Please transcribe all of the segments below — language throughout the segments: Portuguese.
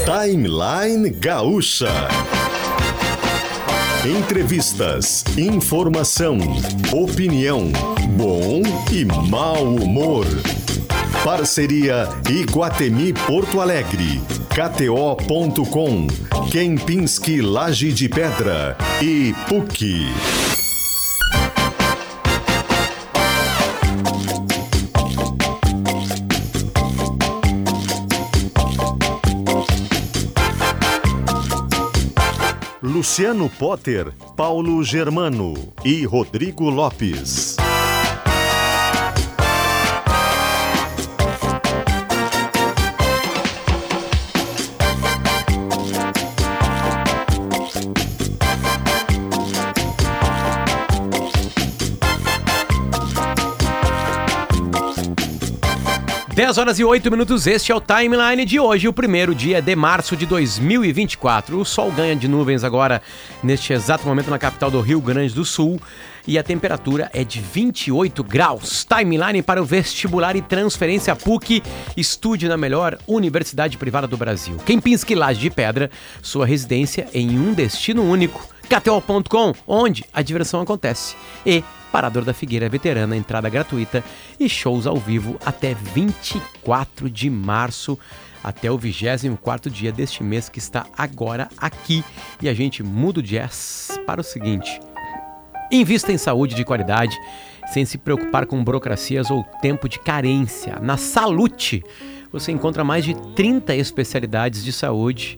Timeline Gaúcha. Entrevistas, informação, opinião, bom e mau humor. Parceria Iguatemi Porto Alegre, KTO.com, Kempinski Laje de Pedra e PUC. Luciano Potter, Paulo Germano e Rodrigo Lopes. Dez horas e 8 minutos, este é o Timeline de hoje, o primeiro dia de março de 2024. O sol ganha de nuvens agora, neste exato momento, na capital do Rio Grande do Sul, e a temperatura é de 28 graus. Timeline para o vestibular e transferência PUC. Estude na melhor universidade privada do Brasil. Kempinski Laje de Pedra, sua residência em um destino único. KTO.com, onde a diversão acontece. E Parador da Figueira Veterana, entrada gratuita e shows ao vivo até 24 de março, até o 24º dia deste mês que está agora aqui. E a gente muda o jazz para o seguinte: invista em saúde de qualidade, sem se preocupar com burocracias ou tempo de carência. Na Salute, você encontra mais de 30 especialidades de saúde,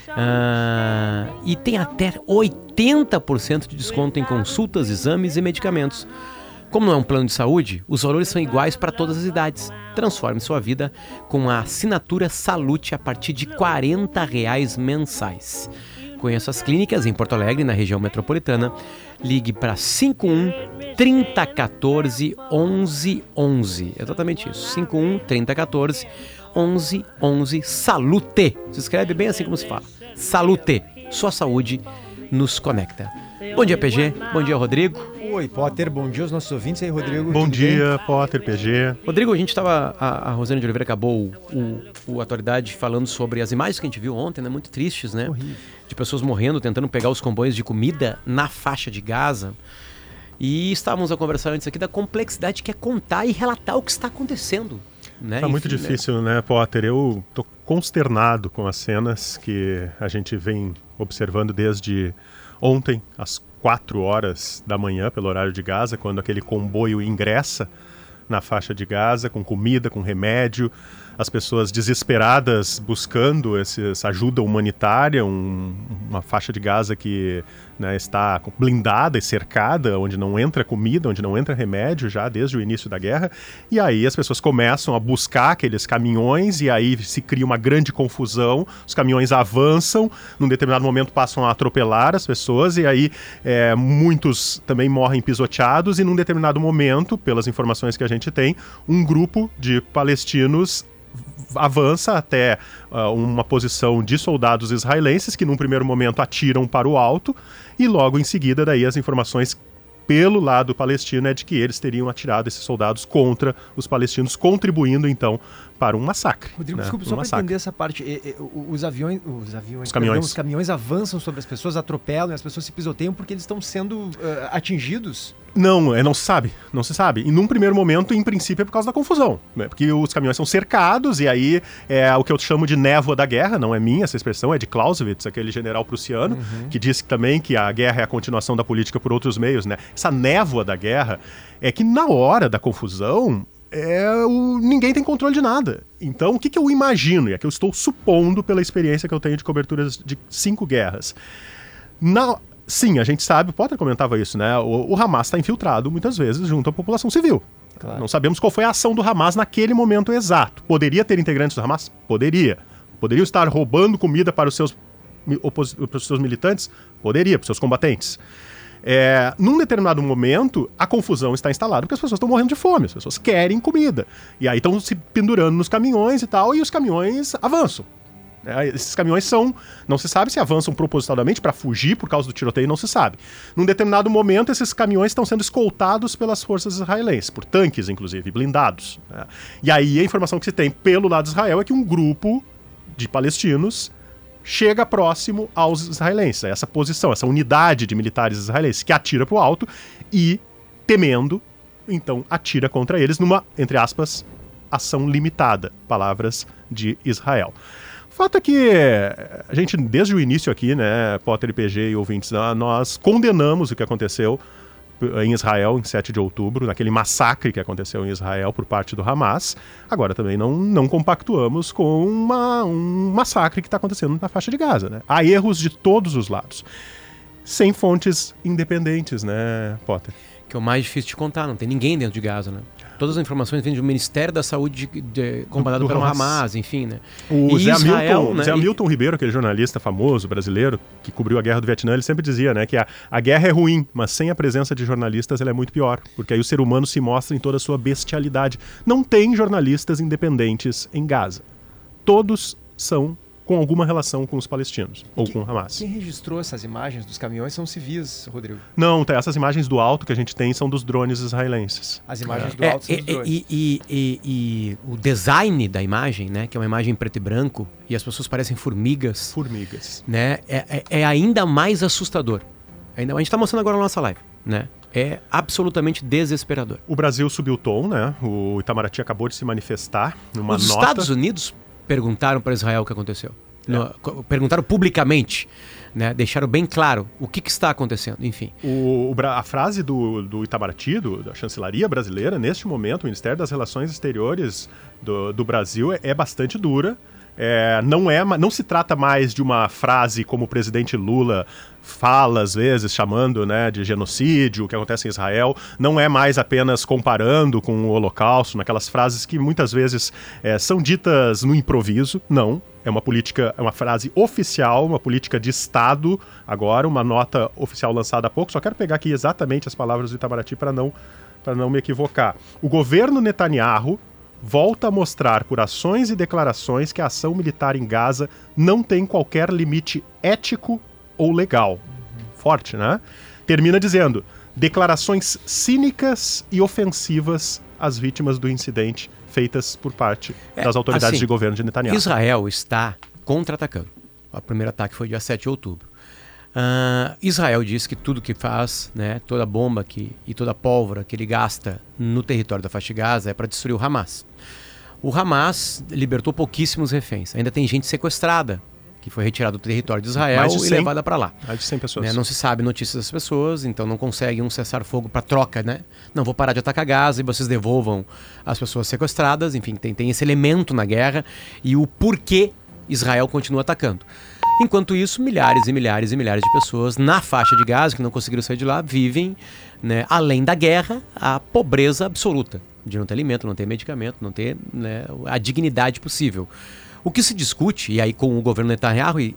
e tem até 80% de desconto em consultas, exames e medicamentos. Como não é um plano de saúde, os valores são iguais para todas as idades. Transforme sua vida com a assinatura Salute a partir de R$ 40 mensais. Conheça as clínicas em Porto Alegre, na região metropolitana. Ligue para 51 3014 1111. Exatamente isso, 51 3014 1111. Salute. Se escreve bem assim como se fala. Salute. Sua saúde nos conecta. Bom dia, PG. Bom dia, Rodrigo. Oi, Potter. Bom dia aos nossos ouvintes aí, Rodrigo. Bom dia, bem? Potter, PG. Rodrigo, a gente estava... A Rosane de Oliveira acabou o Atualidade falando sobre as imagens que a gente viu ontem, né? Muito tristes, né? Horrível. De pessoas morrendo, tentando pegar os comboios de comida na faixa de Gaza. E estávamos a conversar antes aqui da complexidade que é contar e relatar o que está acontecendo. Né? Tá muito difícil, né, Potter? Eu tô consternado com as cenas que a gente vem observando desde ontem, às 4 horas da manhã, pelo horário de Gaza, quando aquele comboio ingressa na faixa de Gaza, com comida, com remédio, as pessoas desesperadas buscando essa ajuda humanitária, uma faixa de Gaza que, né, está blindada e cercada, onde não entra comida, onde não entra remédio já desde o início da guerra, e aí as pessoas começam a buscar aqueles caminhões e aí se cria uma grande confusão, os caminhões avançam, num determinado momento passam a atropelar as pessoas e aí muitos também morrem pisoteados e num determinado momento, pelas informações que a gente tem, um grupo de palestinos avança até uma posição de soldados israelenses que num primeiro momento atiram para o alto e logo em seguida daí as informações pelo lado palestino é de que eles teriam atirado esses soldados contra os palestinos, contribuindo então para um massacre. Rodrigo, né? desculpa, só para entender essa parte, os caminhões avançam sobre as pessoas, atropelam e as pessoas se pisoteiam porque eles estão sendo atingidos? Não, não se sabe. E num primeiro momento, em princípio, é por causa da confusão, né? Porque os caminhões são cercados e aí é o que eu chamo de névoa da guerra, não é minha essa expressão, é de Clausewitz, aquele general prussiano, que disse também que a guerra é a continuação da política por outros meios, né? Essa névoa da guerra é que na hora da confusão ninguém tem controle de nada. Então, o que eu imagino, e é que eu estou supondo pela experiência que eu tenho de coberturas de 5 guerras. Sim, a gente sabe, o Potter comentava isso, né? O Hamas está infiltrado muitas vezes junto à população civil. Claro. Não sabemos qual foi a ação do Hamas naquele momento exato. Poderia ter integrantes do Hamas? Poderia. Poderiam estar roubando comida para os seus militantes? Poderia, para os seus combatentes. Num determinado momento, a confusão está instalada porque as pessoas estão morrendo de fome, as pessoas querem comida. E aí estão se pendurando nos caminhões e tal, e os caminhões avançam. Esses caminhões não se sabe se avançam propositadamente para fugir por causa do tiroteio, não se sabe. Num determinado momento, esses caminhões estão sendo escoltados pelas forças israelenses, por tanques, inclusive, blindados. E aí a informação que se tem pelo lado de Israel é que um grupo de palestinos chega próximo aos israelenses. Essa posição, essa unidade de militares israelenses que atira para o alto e, temendo, então atira contra eles numa, entre aspas, ação limitada. Palavras de Israel. O fato é que a gente, desde o início aqui, né, Potter e PG e ouvintes, nós condenamos o que aconteceu em Israel em 7 de outubro, naquele massacre que aconteceu em Israel por parte do Hamas. Agora também não compactuamos com um massacre que está acontecendo na faixa de Gaza, né? Há erros de todos os lados. Sem fontes independentes, né, Potter? Que é o mais difícil de contar, não tem ninguém dentro de Gaza, né? Todas as informações vêm do Ministério da Saúde comandado pelo Hamas, enfim, né? O Zé Milton Ribeiro, aquele jornalista famoso brasileiro que cobriu a guerra do Vietnã, ele sempre dizia, né, que a guerra é ruim, mas sem a presença de jornalistas ela é muito pior, porque aí o ser humano se mostra em toda a sua bestialidade. Não tem jornalistas independentes em Gaza. Todos são com alguma relação com os palestinos, ou com o Hamas. Quem registrou essas imagens dos caminhões são civis, Rodrigo? Não, essas imagens do alto que a gente tem são dos drones israelenses. As imagens do alto são dos drones. E o design da imagem, né, que é uma imagem em preto e branco, e as pessoas parecem formigas. Formigas. Né, é ainda mais assustador. A gente está mostrando agora na nossa live, né? É absolutamente desesperador. O Brasil subiu o tom, né? O Itamaraty acabou de se manifestar numa nota. Os Estados Unidos perguntaram para Israel o que aconteceu. Perguntaram publicamente, né? Deixaram bem claro o que está acontecendo, enfim. A frase do Itamaraty, da chancelaria brasileira, neste momento, o Ministério das Relações Exteriores do Brasil é bastante dura. Não se trata mais de uma frase como o presidente Lula fala às vezes, chamando, né, de genocídio, o que acontece em Israel. Não é mais apenas comparando com o Holocausto, naquelas frases que muitas vezes são ditas no improviso. Não, é uma política, é uma frase oficial, uma política de Estado. Agora, uma nota oficial lançada há pouco. Só quero pegar aqui exatamente as palavras do Itamaraty para não me equivocar. O governo Netanyahu volta a mostrar por ações e declarações que a ação militar em Gaza não tem qualquer limite ético ou legal. Forte, né? Termina dizendo: declarações cínicas e ofensivas às vítimas do incidente feitas por parte das autoridades de governo de Netanyahu. Israel está contra-atacando. O primeiro ataque foi dia 7 de outubro. Israel diz que tudo que faz, né, toda bomba e toda pólvora que ele gasta no território da faixa de Gaza é para destruir o Hamas. O Hamas libertou pouquíssimos reféns. Ainda tem gente sequestrada, que foi retirada do território de Israel e levada para lá. Mais de 100 pessoas. Né? Não se sabe notícias das pessoas, então não consegue um cessar-fogo para troca, né? Não, vou parar de atacar Gaza e vocês devolvam as pessoas sequestradas. Enfim, tem esse elemento na guerra e o porquê Israel continua atacando. Enquanto isso, milhares e milhares e milhares de pessoas na faixa de Gaza, que não conseguiram sair de lá, vivem, né, além da guerra, a pobreza absoluta. De não ter alimento, não ter medicamento, não ter, né, a dignidade possível. O que se discute, e aí com o governo Netanyahu, e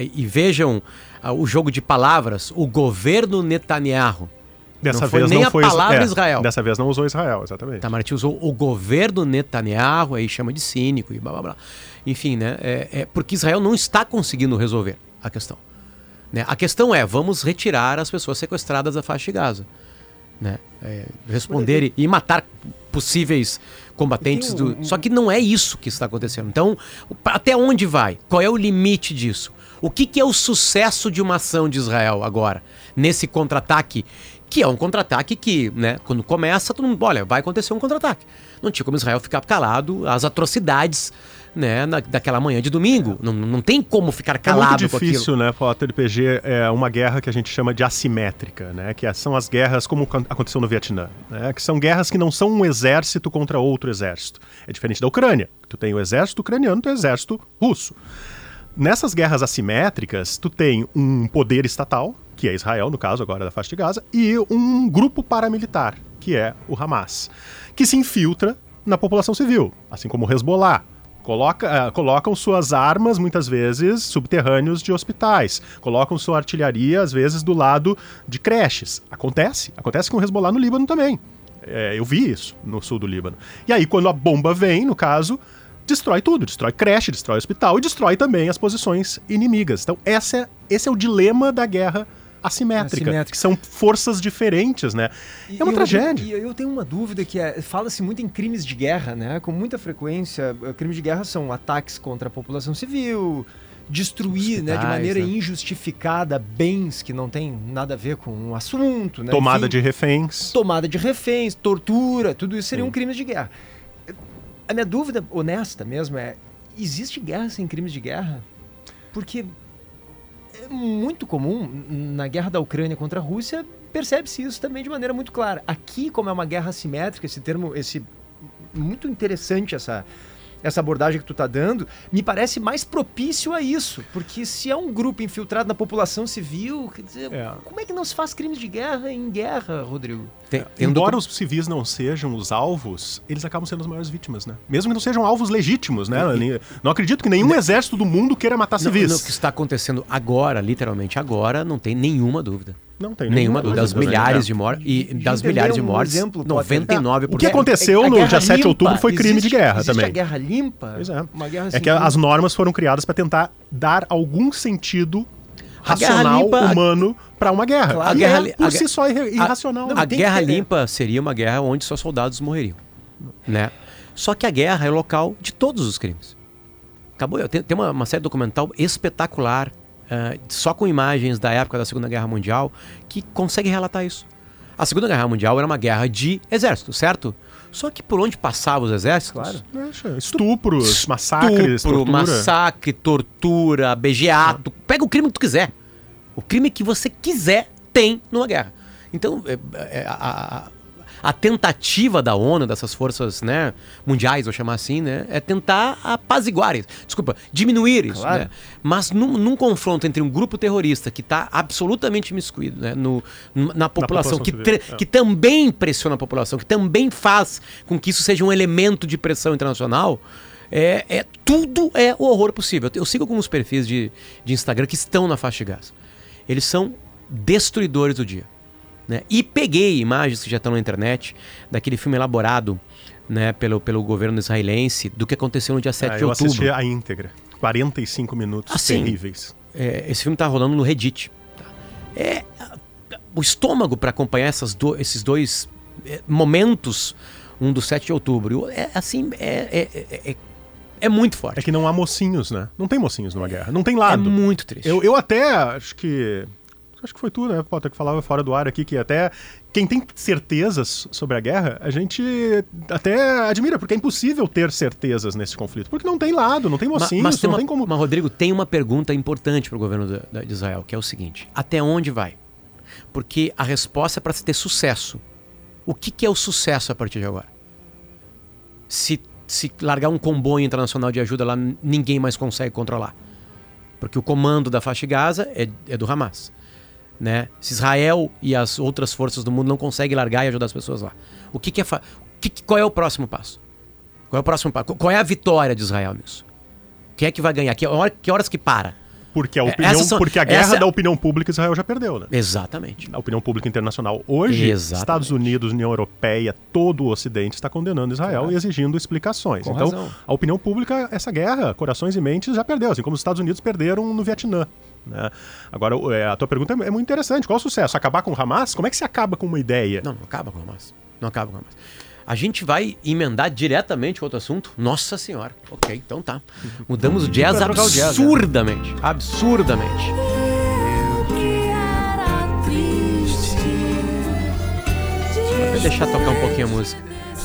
vejam o jogo de palavras, o governo Netanyahu. Dessa vez não foi a palavra Israel. Dessa vez não usou Israel, exatamente. Itamaraty usou o governo Netanyahu, aí chama de cínico e blá blá blá. Enfim, né? Porque Israel não está conseguindo resolver a questão. Né? A questão é, vamos retirar as pessoas sequestradas da faixa de Gaza. Né? Responder e matar possíveis combatentes. Só que não é isso que está acontecendo. Então, até onde vai? Qual é o limite disso? O que é o sucesso de uma ação de Israel agora, nesse contra-ataque? Que é um contra-ataque que, né, quando começa, todo mundo, olha, vai acontecer um contra-ataque. Não tinha como Israel ficar calado às atrocidades, né, daquela manhã de domingo. Não tem como ficar calado com aquilo. É muito difícil, né, Potter? PG é uma guerra que a gente chama de assimétrica, né, que são as guerras como aconteceu no Vietnã, né, que são guerras que não são um exército contra outro exército. É diferente da Ucrânia. Tu tem o exército ucraniano, tu tem o exército russo. Nessas guerras assimétricas, tu tem um poder estatal, que é Israel, no caso agora da faixa de Gaza, e um grupo paramilitar, que é o Hamas, que se infiltra na população civil, assim como o Hezbollah. Colocam suas armas, muitas vezes, subterrâneos de hospitais. Colocam sua artilharia, às vezes, do lado de creches. Acontece com o Hezbollah no Líbano também. Eu vi isso no sul do Líbano. E aí, quando a bomba vem, no caso, destrói tudo. Destrói creche, destrói hospital e destrói também as posições inimigas. Então, esse é o dilema da guerra assimétrica. Que são forças diferentes, né? É uma tragédia. E eu tenho uma dúvida que fala-se muito em crimes de guerra, né? Com muita frequência, crimes de guerra são ataques contra a população civil, destruir, né, de maneira injustificada bens que não tem nada a ver com o assunto, né? Tomada de reféns, tortura, tudo isso seriam crimes de guerra. A minha dúvida honesta mesmo existe guerra sem crimes de guerra? Porque é muito comum, na guerra da Ucrânia contra a Rússia, percebe-se isso também de maneira muito clara. Aqui, como é uma guerra assimétrica, esse termo, muito interessante essa abordagem que tu tá dando, me parece mais propício a isso, porque se é um grupo infiltrado na população civil, quer dizer, como é que não se faz crimes de guerra em guerra, Rodrigo? Embora os civis não sejam os alvos, eles acabam sendo as maiores vítimas, né? Mesmo que não sejam alvos legítimos, né? Não acredito que nenhum exército do mundo queira matar civis. O que está acontecendo agora, literalmente agora, não tem nenhuma dúvida. Não tem nenhuma dúvida. Das milhares de mortes, e das milhares de mortes, 99%. O que aconteceu no dia 7 de outubro foi crime de guerra também. A guerra limpa? Pois é. Uma guerra que as normas foram criadas para tentar dar algum sentido racional, humano, para uma guerra. Claro. A guerra por si só é irracional. A guerra limpa seria uma guerra onde só soldados morreriam, né? Só que a guerra é local de todos os crimes. Acabou. Tem uma série documental espetacular, só com imagens da época da Segunda Guerra Mundial, que consegue relatar isso. A Segunda Guerra Mundial era uma guerra de exército, certo? Só que por onde passavam os exércitos... Claro. Estupros, massacres, tortura. Massacre, tortura, begeato. Pega o crime que tu quiser. O crime que você quiser tem numa guerra. Então, a tentativa da ONU, dessas forças, né, mundiais, vou chamar assim, né, é tentar apaziguar isso. Desculpa, diminuir isso. Claro. Né? Mas num confronto entre um grupo terrorista que está absolutamente imiscuído, né, na população, que também pressiona a população, que também faz com que isso seja um elemento de pressão internacional, tudo é o horror possível. Eu sigo alguns perfis de Instagram que estão na faixa de Gaza. Eles são destruidores do dia. Né? E peguei imagens que já estão na internet daquele filme elaborado, né, pelo governo israelense do que aconteceu no dia 7 de outubro. Eu assisti a íntegra, 45 minutos assim, terríveis. Esse filme está rolando no Reddit. O estômago para acompanhar esses dois momentos, um do 7 de outubro, é muito forte. É que não há mocinhos, né? Não tem mocinhos numa guerra, não tem lado. É muito triste. Eu até acho que foi tu, né, Potter, que falava fora do ar aqui, que até quem tem certezas sobre a guerra, a gente até admira, porque é impossível ter certezas nesse conflito, porque não tem lado, não tem mocinhos, não tem como... Mas, Rodrigo, tem uma pergunta importante para o governo de Israel, que é o seguinte: até onde vai? Porque a resposta é para se ter sucesso. O que é o sucesso a partir de agora? Se largar um comboio internacional de ajuda lá, ninguém mais consegue controlar. Porque o comando da faixa de Gaza é do Hamas. Né? Se Israel e as outras forças do mundo não conseguem largar e ajudar as pessoas lá, qual é o próximo passo? Qual é a vitória de Israel nisso? Quem é que vai ganhar? Que horas que para? Porque a guerra da opinião pública Israel já perdeu, né? Exatamente. A opinião pública internacional hoje, Estados Unidos, União Europeia, todo o Ocidente está condenando Israel e exigindo explicações. Então, a opinião pública, essa guerra, corações e mentes, já perdeu, assim como os Estados Unidos perderam no Vietnã. Né? Agora, a tua pergunta é muito interessante. Qual é o sucesso? Acabar com o Hamas? Como é que se acaba com uma ideia? Não acaba com o Hamas. Não acaba com o Hamas. A gente vai emendar diretamente com outro assunto? Nossa Senhora. Ok, então tá. Mudamos o jazz absurdamente. Absurdamente. Vou deixar tocar um pouquinho a música.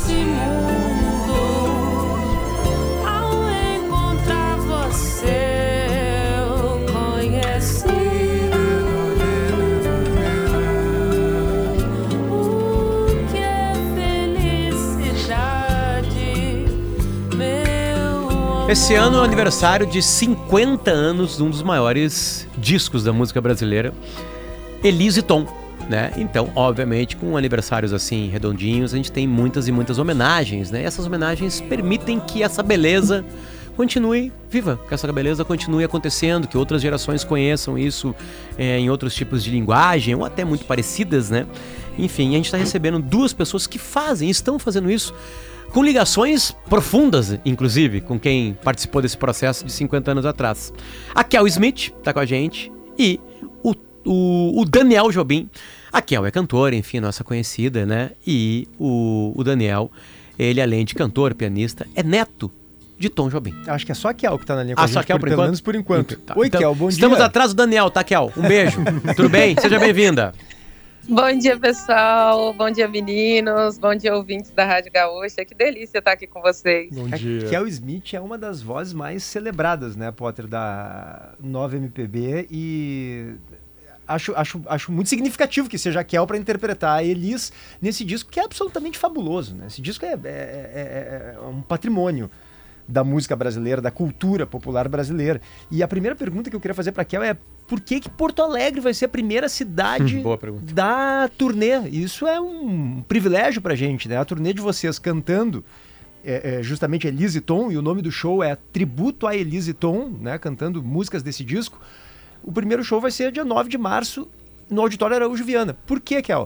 Esse ano é o aniversário de 50 anos de um dos maiores discos da música brasileira, Elis e Tom, né? Então, obviamente, com aniversários assim redondinhos, a gente tem muitas e muitas homenagens, né? E essas homenagens permitem que essa beleza continue viva, que essa beleza continue acontecendo, que outras gerações conheçam isso em outros tipos de linguagem, ou até muito parecidas, né? Enfim, a gente está recebendo duas pessoas que estão fazendo isso, com ligações profundas, inclusive, com quem participou desse processo de 50 anos atrás. A Kel Smith está com a gente e o o Daniel Jobim. A Kel é cantora, enfim, nossa conhecida, né? E o Daniel, ele além de cantor, pianista, é neto de Tom Jobim. Acho que é só a Kel que tá na linha com a gente, só a Kel, pelo menos por enquanto. Tá. Oi, Então, Kel, bom estamos dia. atrás do Daniel, tá, Kel? Um beijo. Tudo bem? Seja bem-vinda. Bom dia, pessoal. Bom dia, meninos. Bom dia, ouvintes da Rádio Gaúcha. Que delícia estar aqui com vocês. Bom A dia. Kel Smith é uma das vozes mais celebradas, né, Potter, da nova MPB, e acho muito significativo que seja a Kel para interpretar a Elis nesse disco, que é absolutamente fabuloso, né? Esse disco é um patrimônio da música brasileira, da cultura popular brasileira. E a primeira pergunta que eu queria fazer para a Kel é: por que Porto Alegre vai ser a primeira cidade Boa pergunta. da turnê? Isso é um privilégio pra gente, né? A turnê de vocês cantando justamente Elis e Tom, e o nome do show é Tributo a Elis e Tom, né? Cantando músicas desse disco. O primeiro show vai ser dia 9 de março no Auditório Araújo Viana. Por que, Kel?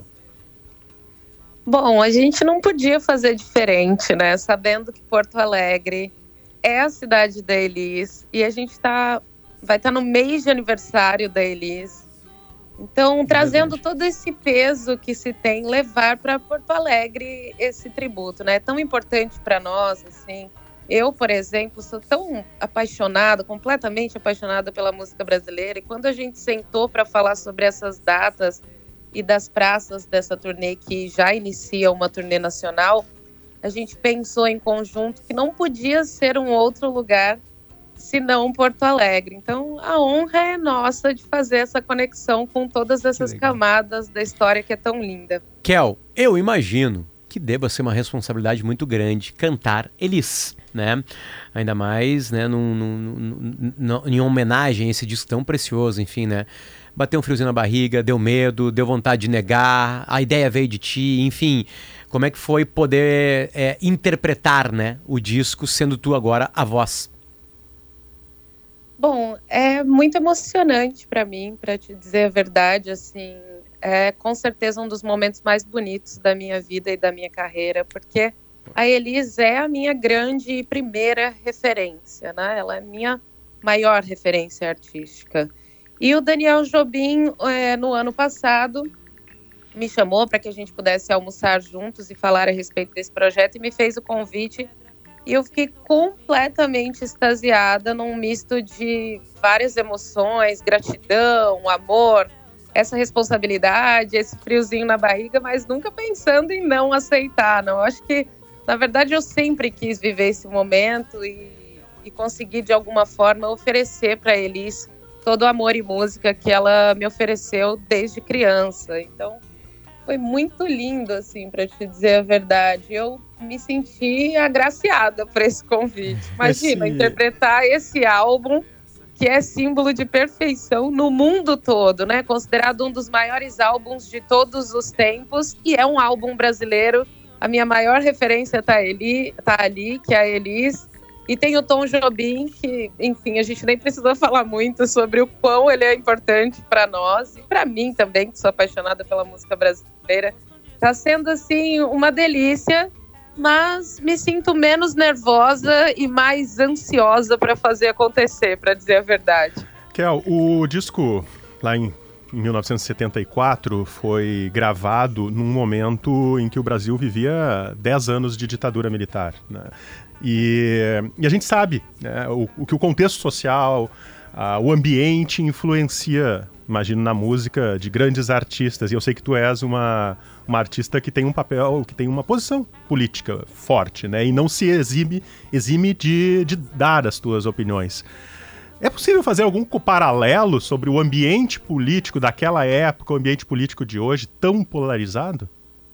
Bom, a gente não podia fazer diferente, né? Sabendo que Porto Alegre é a cidade da Elis e a gente vai estar no mês de aniversário da Elis. Então, trazendo todo esse peso que se tem, levar para Porto Alegre esse tributo, né? É tão importante para nós, assim. Eu, por exemplo, sou tão apaixonada, completamente apaixonada pela música brasileira, e quando a gente sentou para falar sobre essas datas e das praças dessa turnê, que já inicia uma turnê nacional, a gente pensou em conjunto que não podia ser um outro lugar senão Porto Alegre. Então, a honra é nossa de fazer essa conexão com todas essas camadas da história que é tão linda. Kel, eu imagino que deva ser uma responsabilidade muito grande cantar Elis, né? Ainda mais, né, em homenagem a esse disco tão precioso, enfim, né? Bateu um friozinho na barriga, deu medo, deu vontade de negar, a ideia veio de ti, enfim. Como é que foi poder interpretar, né, o disco, sendo tu agora a voz? Bom, é muito emocionante para mim, para te dizer a verdade, assim, é com certeza um dos momentos mais bonitos da minha vida e da minha carreira, porque a Elis é a minha grande e primeira referência, né? Ela é a minha maior referência artística. E o Daniel Jobim, no ano passado, me chamou para que a gente pudesse almoçar juntos e falar a respeito desse projeto e me fez o convite. E eu fiquei completamente extasiada num misto de várias emoções, gratidão, amor, essa responsabilidade, esse friozinho na barriga, mas nunca pensando em não aceitar, não. Eu acho que, na verdade, eu sempre quis viver esse momento e conseguir, de alguma forma, oferecer para Elis todo o amor e música que ela me ofereceu desde criança. Então, foi muito lindo, assim, para te dizer a verdade. Eu me senti agraciada por esse convite. Imagina, interpretar esse álbum, que é símbolo de perfeição no mundo todo, né? Considerado um dos maiores álbuns de todos os tempos, e é um álbum brasileiro. A minha maior referência tá ali, que é a Elis. E tem o Tom Jobim, que, enfim, a gente nem precisa falar muito sobre o quão ele é importante para nós. E para mim também, que sou apaixonada pela música brasileira. Tá sendo, assim, uma delícia, mas me sinto menos nervosa e mais ansiosa para fazer acontecer, para dizer a verdade. Kel, o disco lá em 1974 foi gravado num momento em que o Brasil vivia 10 anos de ditadura militar, né? E a gente sabe, né, o que o contexto social, o ambiente influencia, imagino, na música de grandes artistas. E eu sei que tu és uma artista que tem um papel, que tem uma posição política forte, né? E não se exime de dar as tuas opiniões. É possível fazer algum paralelo sobre o ambiente político daquela época, o ambiente político de hoje, tão polarizado?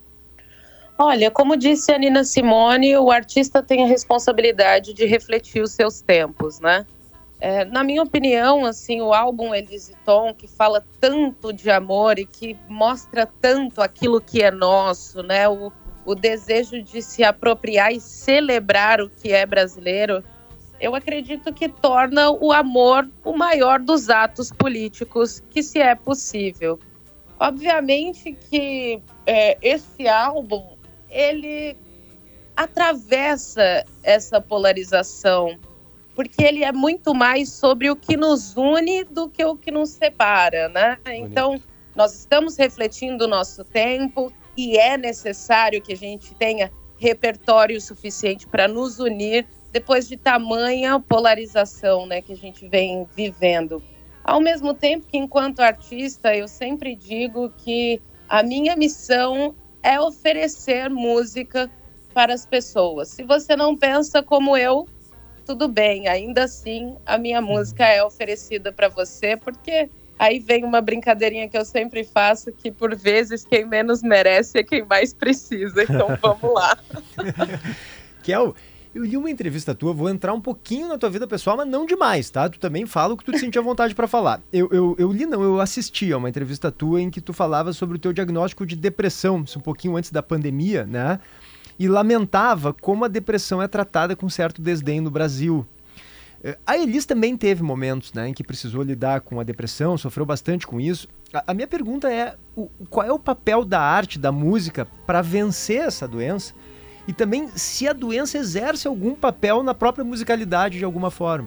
Olha, como disse a Nina Simone, o artista tem a responsabilidade de refletir os seus tempos, né? Na minha opinião, assim, o álbum Elis e Tom, que fala tanto de amor e que mostra tanto aquilo que é nosso, né? O desejo de se apropriar e celebrar o que é brasileiro, eu acredito que torna o amor o maior dos atos políticos que se é possível. Obviamente que esse álbum, ele atravessa essa polarização porque ele é muito mais sobre o que nos une do que o que nos separa, né? Então, nós estamos refletindo o nosso tempo e é necessário que a gente tenha repertório suficiente para nos unir depois de tamanha polarização, né, que a gente vem vivendo. Ao mesmo tempo que, enquanto artista, eu sempre digo que a minha missão é oferecer música para as pessoas. Se você não pensa como eu, tudo bem, ainda assim a minha música é oferecida para você, porque aí vem uma brincadeirinha que eu sempre faço, que por vezes quem menos merece é quem mais precisa, então vamos lá. Kel, eu li uma entrevista tua, vou entrar um pouquinho na tua vida pessoal, mas não demais, tá? Tu também fala o que tu te sentia vontade pra falar. Eu assisti a uma entrevista tua em que tu falava sobre o teu diagnóstico de depressão, isso um pouquinho antes da pandemia, né? E lamentava como a depressão é tratada com certo desdém no Brasil. A Elis também teve momentos, né, em que precisou lidar com a depressão, sofreu bastante com isso. A minha pergunta é, qual é o papel da arte, da música, para vencer essa doença? E também se a doença exerce algum papel na própria musicalidade de alguma forma.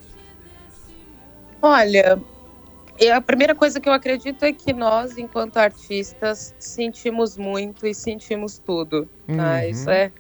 Olha, a primeira coisa que eu acredito é que nós, enquanto artistas, sentimos muito e sentimos tudo. Tá? Isso é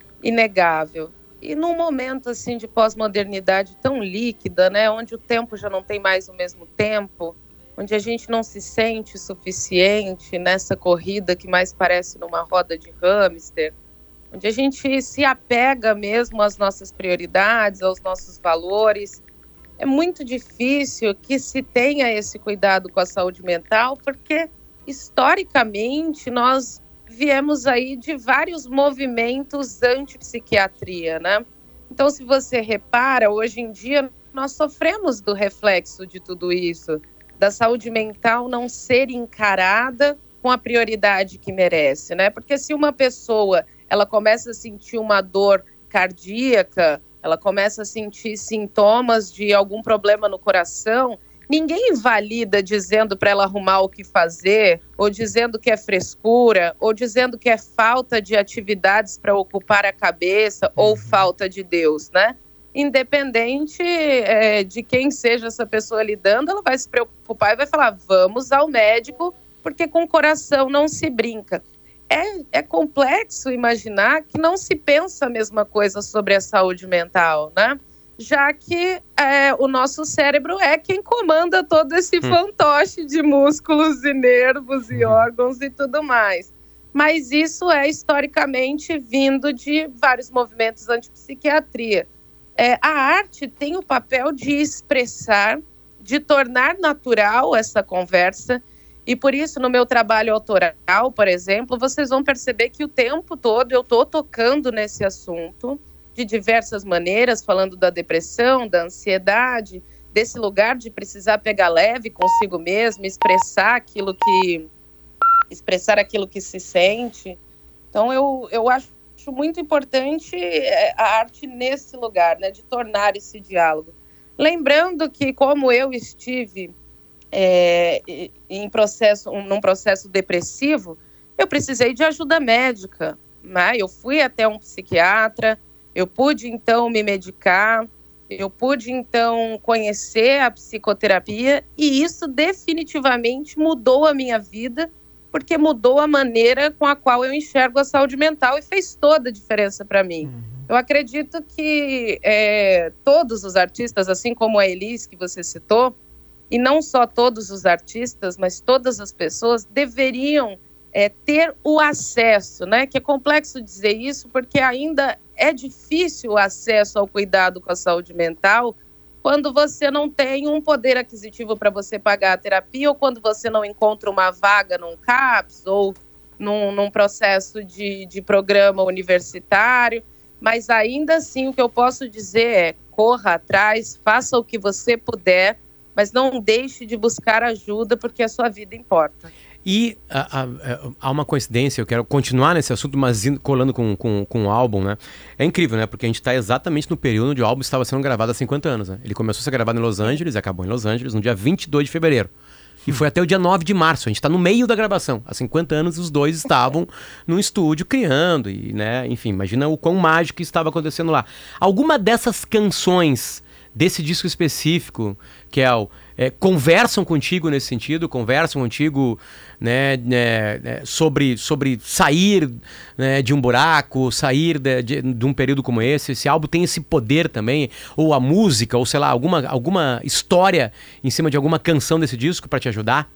inegável. E num momento assim de pós-modernidade tão líquida, né, onde o tempo já não tem mais o mesmo tempo, onde a gente não se sente suficiente nessa corrida que mais parece numa roda de hamster, onde a gente se apega mesmo às nossas prioridades, aos nossos valores. É muito difícil que se tenha esse cuidado com a saúde mental, porque historicamente nós viemos aí de vários movimentos anti-psiquiatria, né? Então, se você repara, hoje em dia nós sofremos do reflexo de tudo isso, da saúde mental não ser encarada com a prioridade que merece, né? Porque se uma pessoa ela começa a sentir uma dor cardíaca, ela começa a sentir sintomas de algum problema no coração, ninguém invalida dizendo para ela arrumar o que fazer, ou dizendo que é frescura, ou dizendo que é falta de atividades para ocupar a cabeça, ou falta de Deus, né? Independente de quem seja essa pessoa lidando, ela vai se preocupar e vai falar, vamos ao médico, porque com o coração não se brinca. É complexo imaginar que não se pensa a mesma coisa sobre a saúde mental, né? Já que o nosso cérebro é quem comanda todo esse fantoche de músculos e nervos e órgãos e tudo mais. Mas isso é historicamente vindo de vários movimentos antipsiquiatria. A arte tem o papel de expressar, de tornar natural essa conversa. E por isso, no meu trabalho autoral, por exemplo, vocês vão perceber que o tempo todo eu estou tocando nesse assunto de diversas maneiras, falando da depressão, da ansiedade, desse lugar de precisar pegar leve consigo mesmo, expressar aquilo que se sente. Então, eu acho muito importante a arte nesse lugar, né, de tornar esse diálogo. Lembrando que, como eu estive num processo depressivo, eu precisei de ajuda médica, né? Eu fui até um psiquiatra, eu pude então me medicar, eu pude então conhecer a psicoterapia e isso definitivamente mudou a minha vida, porque mudou a maneira com a qual eu enxergo a saúde mental e fez toda a diferença para mim. Eu acredito que todos os artistas, assim como a Elis que você citou, e não só todos os artistas, mas todas as pessoas deveriam ter o acesso, né? Que é complexo dizer isso, porque ainda é difícil o acesso ao cuidado com a saúde mental quando você não tem um poder aquisitivo para você pagar a terapia ou quando você não encontra uma vaga num CAPS ou num processo de programa universitário. Mas ainda assim, o que eu posso dizer é corra atrás, faça o que você puder, mas não deixe de buscar ajuda, porque a sua vida importa. E há uma coincidência, eu quero continuar nesse assunto, mas colando com o álbum, né? É incrível, né? Porque a gente está exatamente no período onde o álbum estava sendo gravado há 50 anos, né? Ele começou a ser gravado em Los Angeles, acabou em Los Angeles, no dia 22 de fevereiro. E foi até o dia 9 de março, a gente está no meio da gravação. Há 50 anos os dois estavam num estúdio criando, e, né? Enfim, imagina o quão mágico estava acontecendo lá. Alguma dessas canções desse disco específico, Kel, conversam contigo nesse sentido, conversam contigo, né, sobre sair, né, de um buraco, sair de um período como esse. Esse álbum tem esse poder também, ou a música, ou sei lá, alguma história em cima de alguma canção desse disco para te ajudar?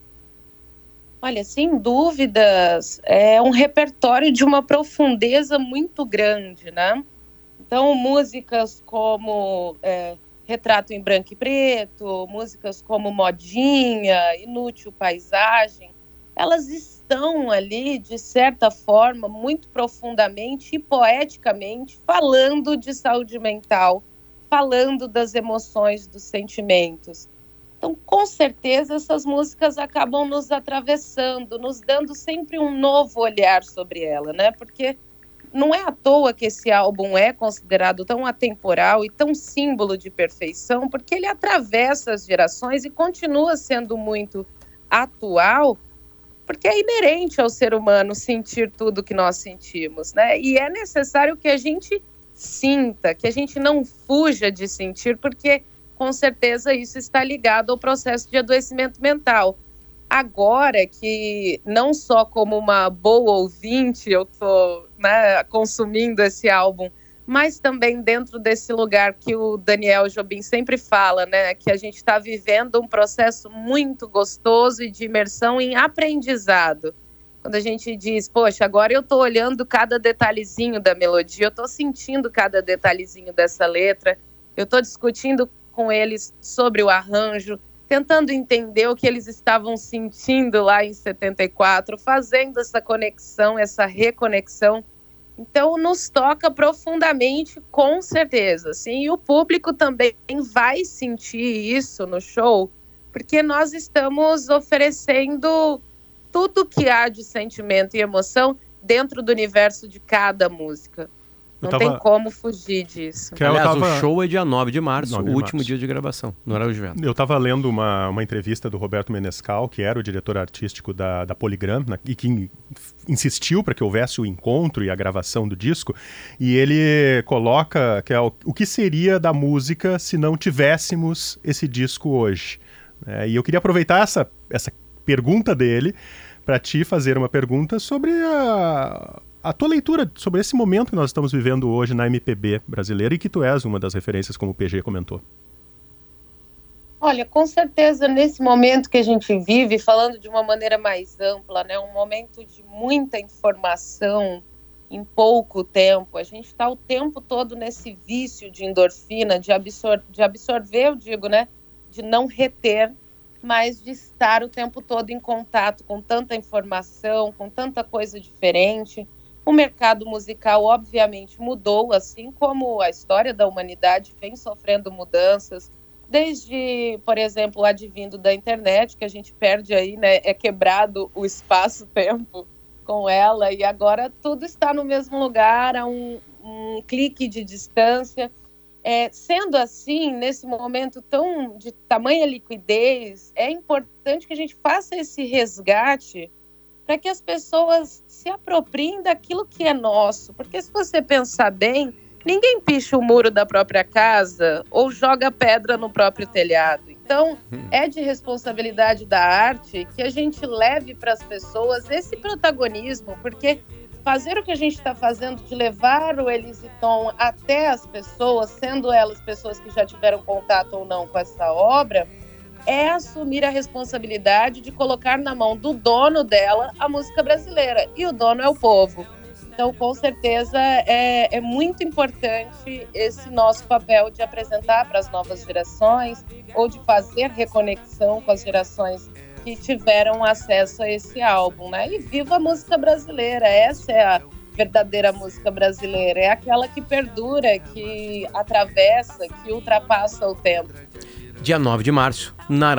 Olha, sem dúvidas, é um repertório de uma profundeza muito grande, né? Então, músicas como Retrato em Branco e Preto, músicas como Modinha, Inútil Paisagem, elas estão ali, de certa forma, muito profundamente e poeticamente, falando de saúde mental, falando das emoções, dos sentimentos. Então, com certeza, essas músicas acabam nos atravessando, nos dando sempre um novo olhar sobre ela, né? Porque não é à toa que esse álbum é considerado tão atemporal e tão símbolo de perfeição, porque ele atravessa as gerações e continua sendo muito atual, porque é inerente ao ser humano sentir tudo que nós sentimos, né? E é necessário que a gente sinta, que a gente não fuja de sentir, porque com certeza isso está ligado ao processo de adoecimento mental. Agora que, não só como uma boa ouvinte, eu estou, né, consumindo esse álbum, mas também dentro desse lugar que o Daniel Jobim sempre fala, né, que a gente está vivendo um processo muito gostoso e de imersão em aprendizado. Quando a gente diz, poxa, agora eu estou olhando cada detalhezinho da melodia, eu estou sentindo cada detalhezinho dessa letra, eu estou discutindo com eles sobre o arranjo, tentando entender o que eles estavam sentindo lá em 74, fazendo essa conexão, essa reconexão. Então, nos toca profundamente, com certeza. Sim, e o público também vai sentir isso no show, porque nós estamos oferecendo tudo que há de sentimento e emoção dentro do universo de cada música. Não tem como fugir disso. Aliás, o show é dia 9 de março, o último dia de gravação, no Araújo Viana. Eu estava lendo uma entrevista do Roberto Menescal, que era o diretor artístico da Polygram, e que insistiu para que houvesse o encontro e a gravação do disco, e ele coloca que o que seria da música se não tivéssemos esse disco hoje. E eu queria aproveitar essa pergunta dele para te fazer uma pergunta sobre a tua leitura sobre esse momento que nós estamos vivendo hoje na MPB brasileira e que tu és uma das referências, como o PG comentou. Olha, com certeza, nesse momento que a gente vive, falando de uma maneira mais ampla, né, um momento de muita informação em pouco tempo, a gente está o tempo todo nesse vício de endorfina, de absorver, eu digo, né, de não reter, mas de estar o tempo todo em contato com tanta informação, com tanta coisa diferente. O mercado musical, obviamente, mudou, assim como a história da humanidade vem sofrendo mudanças, desde, por exemplo, o advindo da internet, que a gente perde aí, né, é quebrado o espaço-tempo com ela, e agora tudo está no mesmo lugar, a um clique de distância. Sendo assim, nesse momento de tamanha liquidez, é importante que a gente faça esse resgate para que as pessoas se apropriem daquilo que é nosso. Porque se você pensar bem, ninguém picha o muro da própria casa ou joga pedra no próprio telhado. Então, é de responsabilidade da arte que a gente leve para as pessoas esse protagonismo, porque fazer o que a gente está fazendo de levar o Elis e Tom até as pessoas, sendo elas pessoas que já tiveram contato ou não com essa obra, é assumir a responsabilidade de colocar na mão do dono dela a música brasileira. E o dono é o povo. Então, com certeza, é muito importante esse nosso papel de apresentar para as novas gerações ou de fazer reconexão com as gerações que tiveram acesso a esse álbum, né? E viva a música brasileira, essa é a verdadeira música brasileira, é aquela que perdura, que atravessa, que ultrapassa o tempo. Dia 9 de março,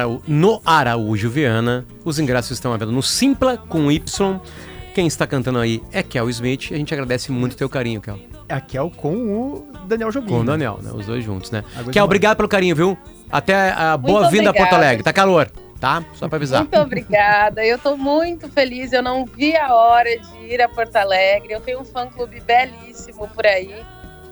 no Araújo Viana, os ingressos estão à venda no Simpla, com Y. Quem está cantando aí é Kel Smith, a gente agradece muito o teu carinho, Kel. A Kel com o Daniel Jobim. Com o Daniel, né? Os dois juntos, né? Kel, obrigado pelo carinho, viu? Até a boa-vinda a Porto Alegre, tá calor. Tá? Só para avisar. Muito obrigada. Eu tô muito feliz. Eu não vi a hora de ir a Porto Alegre. Eu tenho um fã-clube belíssimo por aí.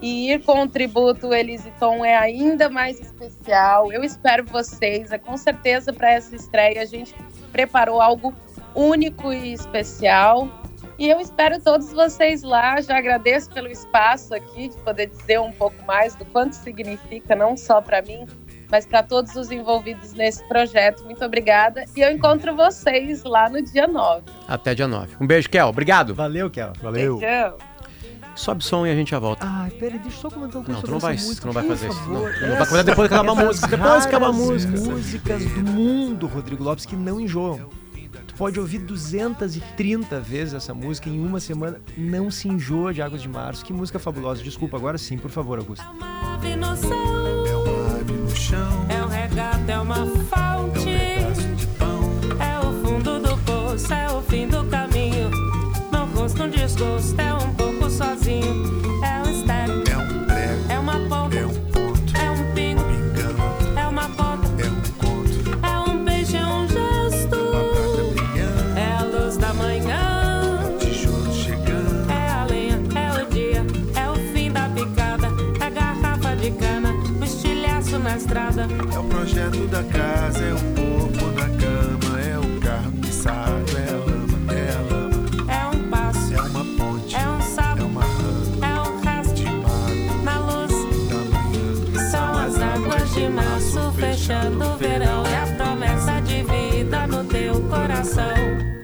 E ir com o tributo Elise Tom é ainda mais especial. Eu espero vocês. Com certeza para essa estreia a gente preparou algo único e especial. E eu espero todos vocês lá. Já agradeço pelo espaço aqui, de poder dizer um pouco mais do quanto significa, não só para mim, mas para todos os envolvidos nesse projeto. Muito obrigada. E eu encontro vocês lá no dia 9. Até dia 9. Um beijo, Kel. Obrigado. Valeu, Kel. Valeu. Beijão. Sobe som e a gente já volta. Ai, peraí, deixa eu só comentar um pouco Não, tu sobre não vai, essa música, tu não vai por fazer isso. favor. Não vai comentar depois que acabar a música. Depois que acabar a Raras música. músicas do mundo, Rodrigo Lopes, que não enjoam. Tu pode ouvir 230 vezes essa música em uma semana, não se enjoa de Águas de Março. Que música fabulosa. Desculpa, agora sim, por favor, Augusto. É uma ave no chão, é um regato, é uma falte, é um pedaço de pão, é o fundo do poço, é o fim do caminho. Meu rosto um desgosto, é um pouco sozinho, é um estéreo, é um prego, é uma ponta, é um ponto, é um pingo, pingando, é uma ponta, é um conto, é um beijo, é um gesto, uma prata brilhando, é a luz da manhã, tijolo chegando, é a lenha, é o dia, é o fim da picada, é garrafa de cana, o estilhaço na estrada, é o projeto da casa, é o corpo da cama, é o carro pisado, é a lama, é um passo, é uma ponte, é um sapo, é uma rã, é um rastro de mato, na luz da manhã, são as águas de março fechando o verão e a promessa de vida no teu coração.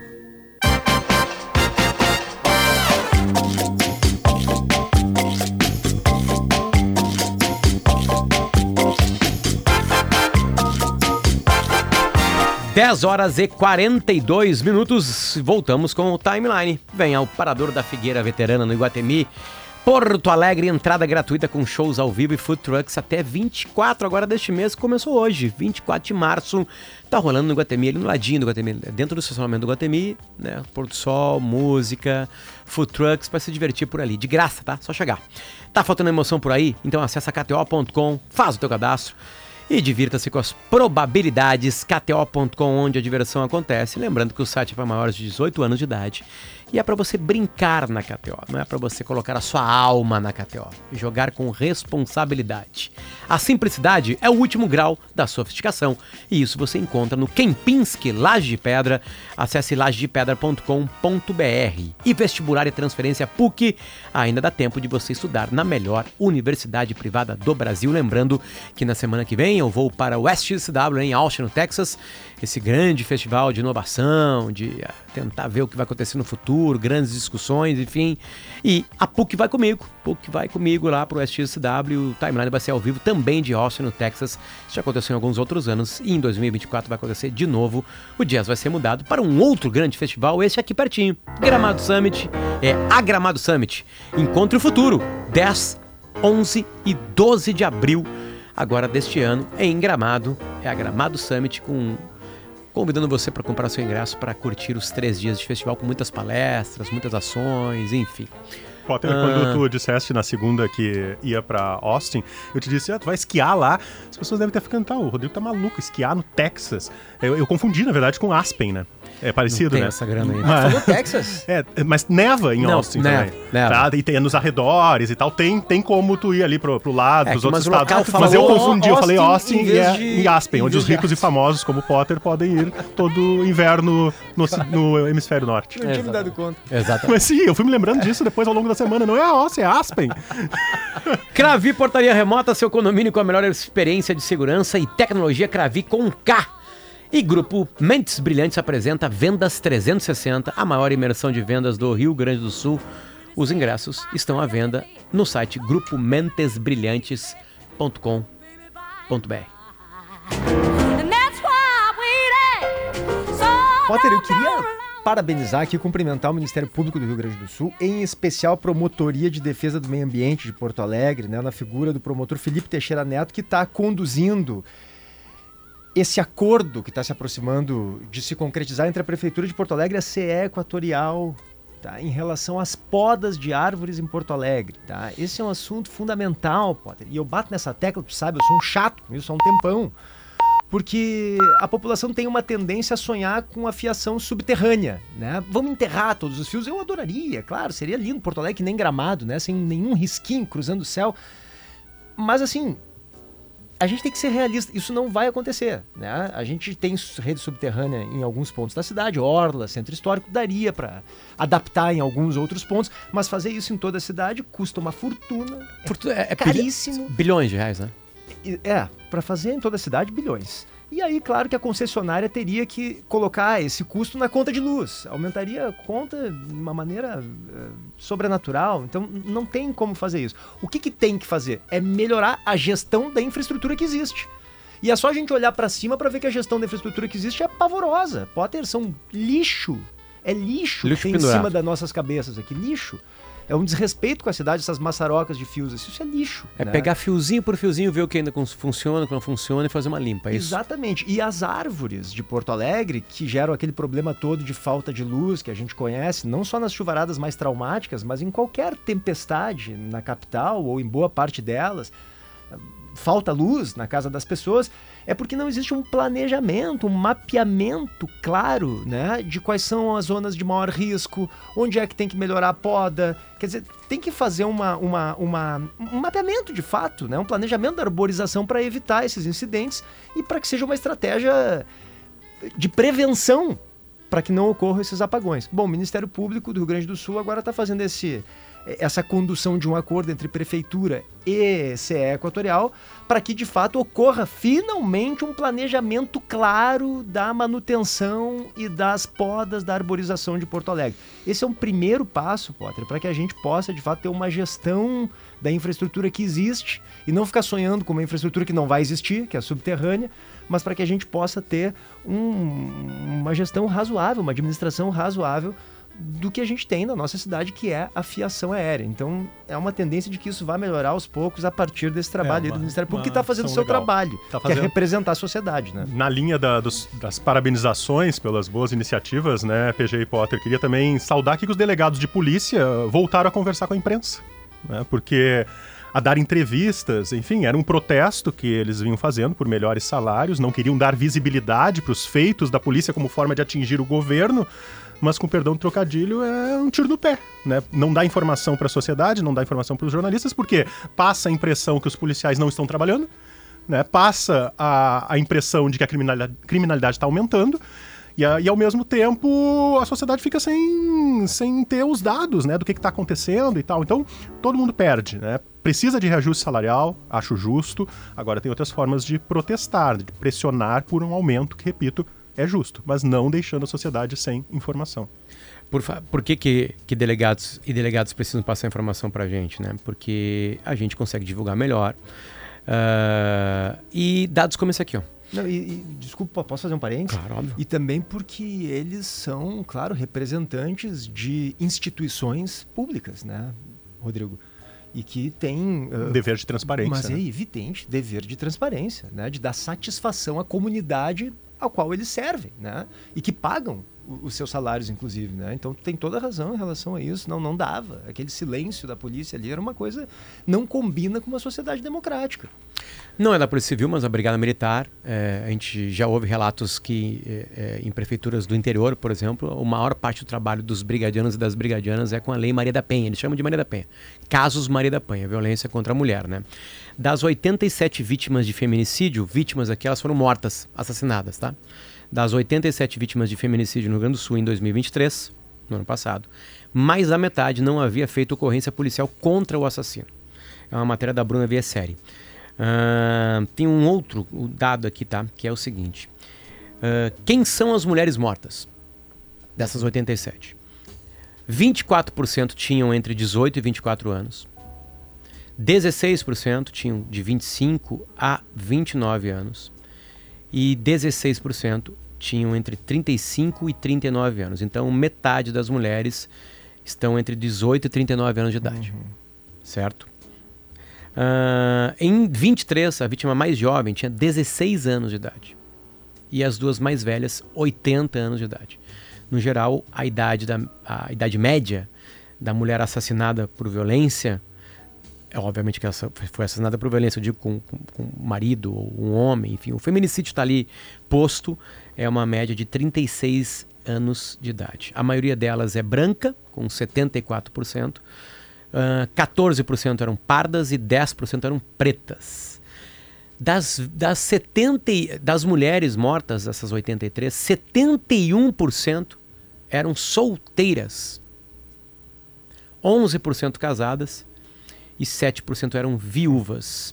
Dez horas e 42 minutos, voltamos com o Timeline. Vem ao Parador da Figueira Veterana no Iguatemi, Porto Alegre, entrada gratuita com shows ao vivo e food trucks até 24 agora deste mês, começou hoje, 24 de março, tá rolando no Iguatemi, ali no ladinho do Iguatemi, dentro do estacionamento do Iguatemi, né, pôr do sol, música, food trucks, pra se divertir por ali, de graça, tá? Só chegar. Tá faltando emoção por aí? Então acessa kto.com, faz o teu cadastro e divirta-se com as probabilidades. KTO.com, onde a diversão acontece. Lembrando que o site é para maiores de 18 anos de idade e é para você brincar na KTO, não é para você colocar a sua alma na KTO e jogar com responsabilidade. A simplicidade é o último grau da sofisticação e isso você encontra no Kempinski Laje de Pedra. Acesse lajedepedra.com.br. E vestibular e transferência PUC, ainda dá tempo de você estudar na melhor universidade privada do Brasil. Lembrando que na semana que vem eu vou para o SXSW em Austin, no Texas, esse grande festival de inovação, de tentar ver o que vai acontecer no futuro, grandes discussões, enfim. E a PUC vai comigo. PUC vai comigo lá pro SXSW. O Timeline vai ser ao vivo também de Austin, no Texas. Isso já aconteceu em alguns outros anos. E em 2024 vai acontecer de novo. O Jazz vai ser mudado para um outro grande festival, esse aqui pertinho. Gramado Summit. É a Gramado Summit. Encontre o futuro. 10, 11 e 12 de abril agora deste ano em Gramado. É a Gramado Summit, convidando você para comprar seu ingresso para curtir os 3 dias de festival com muitas palestras, muitas ações, enfim. Potter, quando tu disseste na segunda que ia pra Austin, eu te disse, tu vai esquiar lá. As pessoas devem ter ficado, o Rodrigo tá maluco, esquiar no Texas. Eu confundi, na verdade, com Aspen, né? É parecido, tem né? essa grana aí. Ah, falou Texas? Mas neva em Austin também. Neva. Tá? E tem nos arredores e tal. Tem como tu ir ali pro lado dos outros mas o estados. local Mas eu falou confundi, eu falei Austin em e vez é de- em Aspen, em onde vez os de ricos e famosos como Potter podem ir todo inverno no hemisfério norte. Não tinha me dado conta. Exatamente. Mas sim, eu fui me lembrando disso depois ao longo da semana. Não é a Austin, é Aspen. Cravi Portaria Remota, seu condomínio com a melhor experiência de segurança e tecnologia. Cravi com K. E Grupo Mentes Brilhantes apresenta Vendas 360, a maior imersão de vendas do Rio Grande do Sul. Os ingressos estão à venda no site grupomentesbrilhantes.com.br. Potter, eu queria parabenizar aqui e cumprimentar o Ministério Público do Rio Grande do Sul, em especial a Promotoria de Defesa do Meio Ambiente de Porto Alegre, né, na figura do promotor Felipe Teixeira Neto, que está conduzindo esse acordo que está se aproximando de se concretizar entre a Prefeitura de Porto Alegre e a CE Equatorial, tá, em relação às podas de árvores em Porto Alegre. Tá? Esse é um assunto fundamental, Potter, e eu bato nessa tecla, tu sabe, eu sou um chato com isso há um tempão. porque a população tem uma tendência a sonhar com a fiação subterrânea, né? Vamos enterrar todos os fios, eu adoraria, claro, seria lindo, Porto Alegre que nem Gramado, né? Sem nenhum risquinho cruzando o céu, mas assim, a gente tem que ser realista, isso não vai acontecer, né? A gente tem rede subterrânea em alguns pontos da cidade, Orla, Centro Histórico, daria para adaptar em alguns outros pontos, mas fazer isso em toda a cidade custa uma fortuna, é caríssimo. Bilhões de reais, né? Para fazer em toda a cidade, bilhões. E aí, claro que a concessionária teria que colocar esse custo na conta de luz. Aumentaria a conta de uma maneira sobrenatural. Então, não tem como fazer isso. O que tem que fazer? É melhorar a gestão da infraestrutura que existe. E é só a gente olhar para cima para ver que a gestão da infraestrutura que existe é pavorosa. Potter, são lixo. É lixo que tem em cima das nossas cabeças aqui. Lixo. É um desrespeito com a cidade, essas maçarocas de fios. Isso é lixo. É, né? Pegar fiozinho por fiozinho, ver o que ainda funciona, o que não funciona e fazer uma limpa, é isso? Exatamente. E as árvores de Porto Alegre, que geram aquele problema todo de falta de luz que a gente conhece, não só nas chuvaradas mais traumáticas, mas em qualquer tempestade na capital ou em boa parte delas, falta luz na casa das pessoas, é porque não existe um planejamento, um mapeamento claro, né, de quais são as zonas de maior risco, onde é que tem que melhorar a poda. Quer dizer, tem que fazer um mapeamento de fato, né, um planejamento da arborização para evitar esses incidentes e para que seja uma estratégia de prevenção para que não ocorram esses apagões. Bom, o Ministério Público do Rio Grande do Sul agora está fazendo essa condução de um acordo entre Prefeitura e CE Equatorial para que, de fato, ocorra finalmente um planejamento claro da manutenção e das podas da arborização de Porto Alegre. Esse é um primeiro passo, Potter, para que a gente possa, de fato, ter uma gestão da infraestrutura que existe e não ficar sonhando com uma infraestrutura que não vai existir, que é a subterrânea, mas para que a gente possa ter uma gestão razoável, uma administração razoável do que a gente tem na nossa cidade, que é a fiação aérea. Então, é uma tendência de que isso vai melhorar aos poucos a partir desse trabalho aí do Ministério Público, que está fazendo o seu trabalho, que é representar a sociedade, né? Na linha das parabenizações pelas boas iniciativas, né, PG e Potter, queria também saudar aqui que os delegados de polícia voltaram a conversar com a imprensa, né, porque a dar entrevistas, enfim, era um protesto que eles vinham fazendo por melhores salários, não queriam dar visibilidade para os feitos da polícia como forma de atingir o governo, mas com perdão do trocadilho, é um tiro no pé, né? Não dá informação para a sociedade, não dá informação para os jornalistas, porque passa a impressão que os policiais não estão trabalhando, né? Passa a impressão de que a criminalidade está aumentando, e ao mesmo tempo a sociedade fica sem ter os dados, né, do que está acontecendo e tal. Então, todo mundo perde, né? Precisa de reajuste salarial, acho justo. Agora tem outras formas de protestar, de pressionar por um aumento que, repito, é justo, mas não deixando a sociedade sem informação. Por que delegados e delegados precisam passar informação para a gente, né? Porque a gente consegue divulgar melhor. E dados como esse aqui, ó. Não, desculpa, posso fazer um parênteses? Claro, óbvio. E também porque eles são, claro, representantes de instituições públicas, né, Rodrigo? E que tem... dever de transparência. Mas é evidente, dever de transparência, né? De dar satisfação à comunidade ao qual eles servem, né? E que pagam os seus salários, inclusive, né? Então tem toda a razão em relação a isso. Não dava. Aquele silêncio da polícia ali era uma coisa... Não combina com uma sociedade democrática. Não é da Polícia Civil, mas da Brigada Militar. A gente já ouve relatos que em prefeituras do interior, por exemplo, a maior parte do trabalho dos brigadianos e das brigadianas é com a Lei Maria da Penha. Eles chamam de Maria da Penha. Casos Maria da Penha, violência contra a mulher, né? Das 87 vítimas de feminicídio, vítimas aqui, elas foram mortas, assassinadas, tá? Das 87 vítimas de feminicídio no Rio Grande do Sul em 2023, no ano passado, mais da metade não havia feito ocorrência policial contra o assassino. É uma matéria da Bruna Viesseri. Tem um outro dado aqui, tá? Que é o seguinte. Quem são as mulheres mortas? Dessas 87. 24% tinham entre 18 e 24 anos. 16% tinham de 25 a 29 anos. E 16% tinham entre 35 e 39 anos. Então, metade das mulheres estão entre 18 e 39 anos de idade. Certo? Em 23, a vítima mais jovem tinha 16 anos de idade. E as duas mais velhas, 80 anos de idade. No geral, a idade média da mulher assassinada por violência obviamente que essa foi assassinada por violência, eu digo com um marido ou um homem, enfim, o feminicídio está ali posto, é uma média de 36 anos de idade. A maioria delas é branca, com 74%, 14% eram pardas e 10% eram pretas. Das mulheres mortas, essas 83, 71% eram solteiras, 11% casadas e 7% eram viúvas.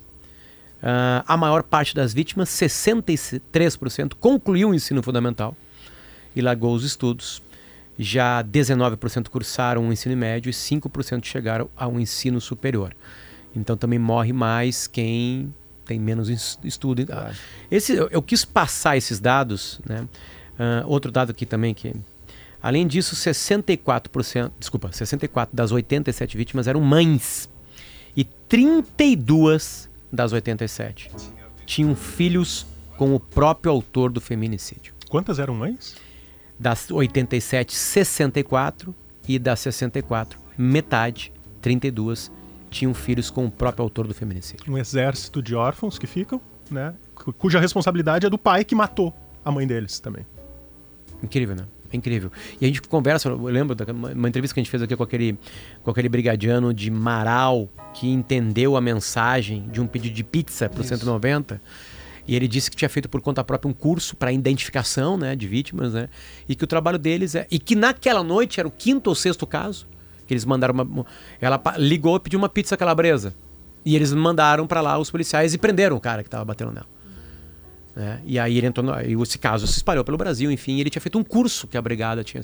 A maior parte das vítimas, 63%, concluiu o ensino fundamental e largou os estudos. Já 19% cursaram o ensino médio e 5% chegaram ao ensino superior. Então também morre mais quem tem menos estudo. Claro. Eu quis passar esses dados, né? Outro dado aqui também que... Além disso, 64 das 87 vítimas eram mães. E 32 das 87 tinham filhos com o próprio autor do feminicídio. Quantas eram mães? Das 87, 64. E das 64, metade, 32, tinham filhos com o próprio autor do feminicídio. Um exército de órfãos que ficam, né? Cuja responsabilidade é do pai que matou a mãe deles também. Incrível, né? É incrível. E a gente conversa, eu lembro de uma entrevista que a gente fez aqui com aquele brigadiano de Marau, que entendeu a mensagem de um pedido de pizza para o 190, e ele disse que tinha feito por conta própria um curso para identificação, né, de vítimas, né, e que o trabalho deles e que naquela noite era o 5º ou 6º caso, que eles mandaram ela ligou e pediu uma pizza calabresa, e eles mandaram para lá os policiais e prenderam o cara que estava batendo nela. E aí ele entrou e esse caso se espalhou pelo Brasil, enfim, ele tinha feito um curso que a brigada tinha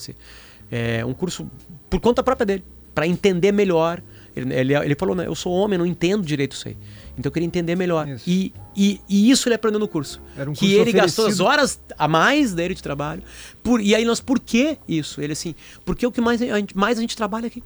um curso por conta própria dele, para entender melhor. Ele falou, né, eu sou homem, não entendo direito isso aí, então eu queria entender melhor. Isso. E isso ele aprendeu no curso. Era um curso que ele oferecido. gastou as horas a mais dele de trabalho. E aí por que isso? Ele assim, porque o que mais a gente trabalha aqui.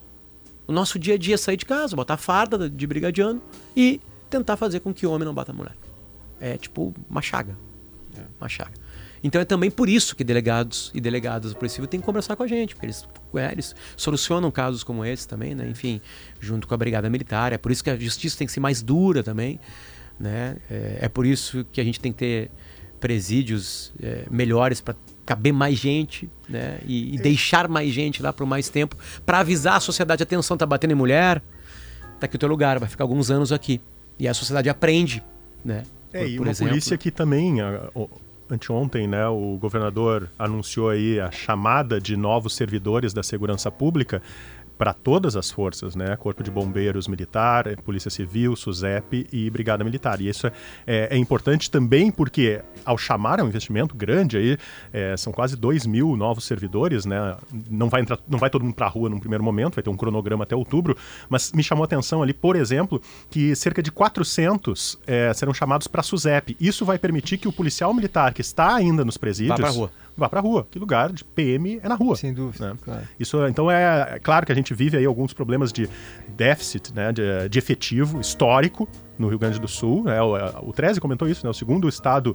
O nosso dia a dia é sair de casa, botar farda de brigadiano e tentar fazer com que o homem não bata a mulher. É tipo uma chaga. Uma chaga. Então é também por isso que delegados e delegadas do Polícia Civil têm que conversar com a gente, porque eles solucionam casos como esse também, né? Enfim, junto com a Brigada Militar. É por isso que a justiça tem que ser mais dura também, né? É por isso que a gente tem que ter presídios melhores para caber mais gente, né? E deixar mais gente lá por mais tempo, para avisar a sociedade, atenção, tá batendo em mulher, tá aqui o teu lugar, vai ficar alguns anos aqui. E a sociedade aprende, né? E uma polícia que também, anteontem, né, o governador anunciou aí a chamada de novos servidores da segurança pública para todas as forças, né? Corpo de Bombeiros Militar, Polícia Civil, SUSEP e Brigada Militar. E isso é importante também porque, ao chamar, é um investimento grande, aí, são quase 2.000 novos servidores, né? Não vai todo mundo para a rua num primeiro momento, vai ter um cronograma até outubro, mas me chamou a atenção ali, por exemplo, que cerca de 400 serão chamados para a SUSEP. Isso vai permitir que o policial militar que está ainda nos presídios... Vá para a rua. Que lugar de PM é na rua. Sem dúvida. Né? Claro. Isso, então é claro que a gente vive aí alguns problemas de déficit, né, de efetivo histórico no Rio Grande do Sul. O Treze comentou isso, né, o segundo estado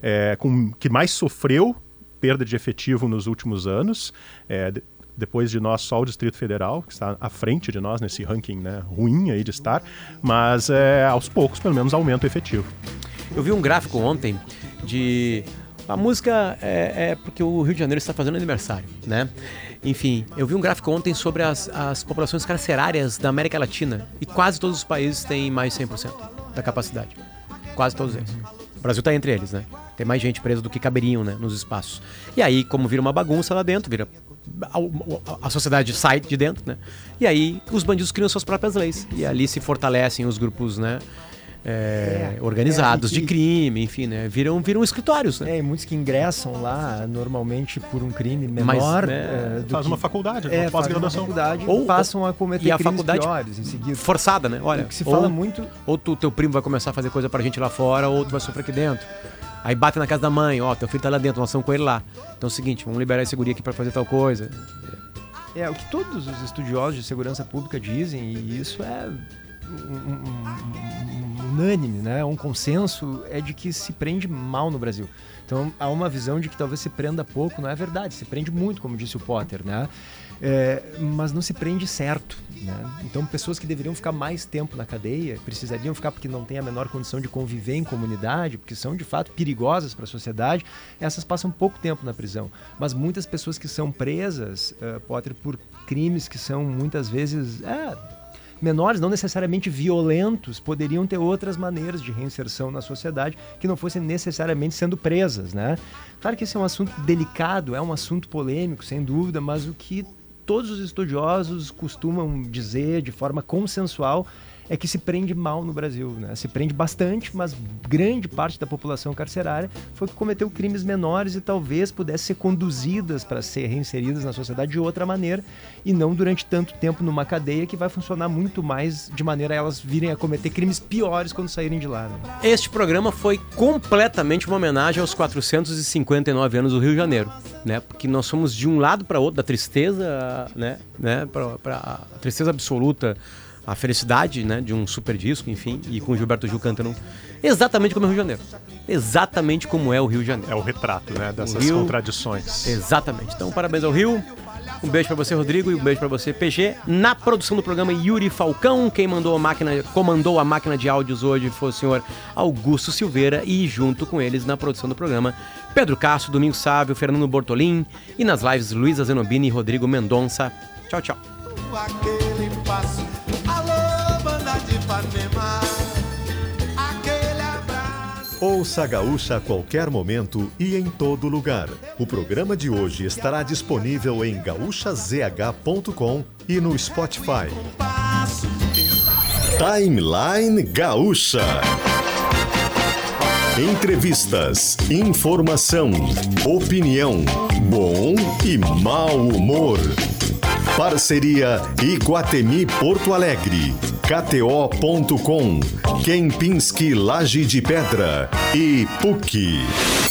que mais sofreu perda de efetivo nos últimos anos. Depois de nós, só o Distrito Federal, que está à frente de nós nesse ranking, né, ruim aí de estar, mas aos poucos, pelo menos, aumenta o efetivo. Eu vi um gráfico ontem de... A música porque o Rio de Janeiro está fazendo aniversário, né? Enfim, eu vi um gráfico ontem sobre as populações carcerárias da América Latina e quase todos os países têm mais de 100% da capacidade. Quase todos eles. O Brasil está entre eles, né? Tem mais gente presa do que caberiam, né, nos espaços. E aí, como vira uma bagunça lá dentro, a sociedade sai de dentro, né? E aí os bandidos criam suas próprias leis. E ali se fortalecem os grupos, né? Organizados de crime, enfim, né? Viram escritórios, né? E muitos que ingressam lá normalmente por um crime menor. Faz uma faculdade, uma pós-graduação. Ou passam a cometer e a crimes faculdade piores em seguida. Forçada, né? Olha, o que se fala muito... Ou teu primo vai começar a fazer coisa pra gente lá fora, ou tu vai sofrer aqui dentro. Aí bate na casa da mãe, teu filho tá lá dentro, nós estamos com ele lá. Então é o seguinte, vamos liberar esse guri aqui pra fazer tal coisa. O que todos os estudiosos de segurança pública dizem, e isso é um unânime, né? Um consenso é de que se prende mal no Brasil. Então há uma visão de que talvez se prenda pouco, não é verdade, se prende muito, como disse o Potter, né? Mas não se prende certo, né? Então pessoas que deveriam ficar mais tempo na cadeia, precisariam ficar porque não têm a menor condição de conviver em comunidade, porque são de fato perigosas para a sociedade, essas passam pouco tempo na prisão. Mas muitas pessoas que são presas, Potter, por crimes que são muitas vezes menores, não necessariamente violentos, poderiam ter outras maneiras de reinserção na sociedade que não fossem necessariamente sendo presas, né? Claro que esse é um assunto delicado, é um assunto polêmico, sem dúvida, mas o que todos os estudiosos costumam dizer de forma consensual é que se prende mal no Brasil, né? Se prende bastante, mas grande parte da população carcerária foi que cometeu crimes menores e talvez pudesse ser conduzidas para ser reinseridas na sociedade de outra maneira e não durante tanto tempo numa cadeia que vai funcionar muito mais de maneira a elas virem a cometer crimes piores quando saírem de lá, né? Este programa foi completamente uma homenagem aos 459 anos do Rio de Janeiro, né? Porque nós somos de um lado para outro, da tristeza, né? Para a tristeza absoluta, a felicidade, né, de um super disco, enfim, e com o Gilberto Gil cantando exatamente como é o Rio de Janeiro. Exatamente como é o Rio de Janeiro. É o retrato, né, dessas contradições. Exatamente. Então, parabéns ao Rio. Um beijo pra você, Rodrigo, e um beijo pra você, PG. Na produção do programa, Yuri Falcão. Quem comandou a máquina de áudios hoje foi o senhor Augusto Silveira. E junto com eles, na produção do programa, Pedro Castro, Domingos Sávio, Fernando Bortolim. E nas lives, Luísa Zenobini e Rodrigo Mendonça. Tchau, tchau. Aquele passo, alô, banda de Ipanema, aquele abraço. Ouça a Gaúcha a qualquer momento e em todo lugar. O programa de hoje estará disponível em gaúchazh.com e no Spotify. Timeline Gaúcha. Entrevistas, informação, opinião, bom e mau humor. Parceria Iguatemi Porto Alegre, KTO.com, Kempinski Laje de Pedra e PUC.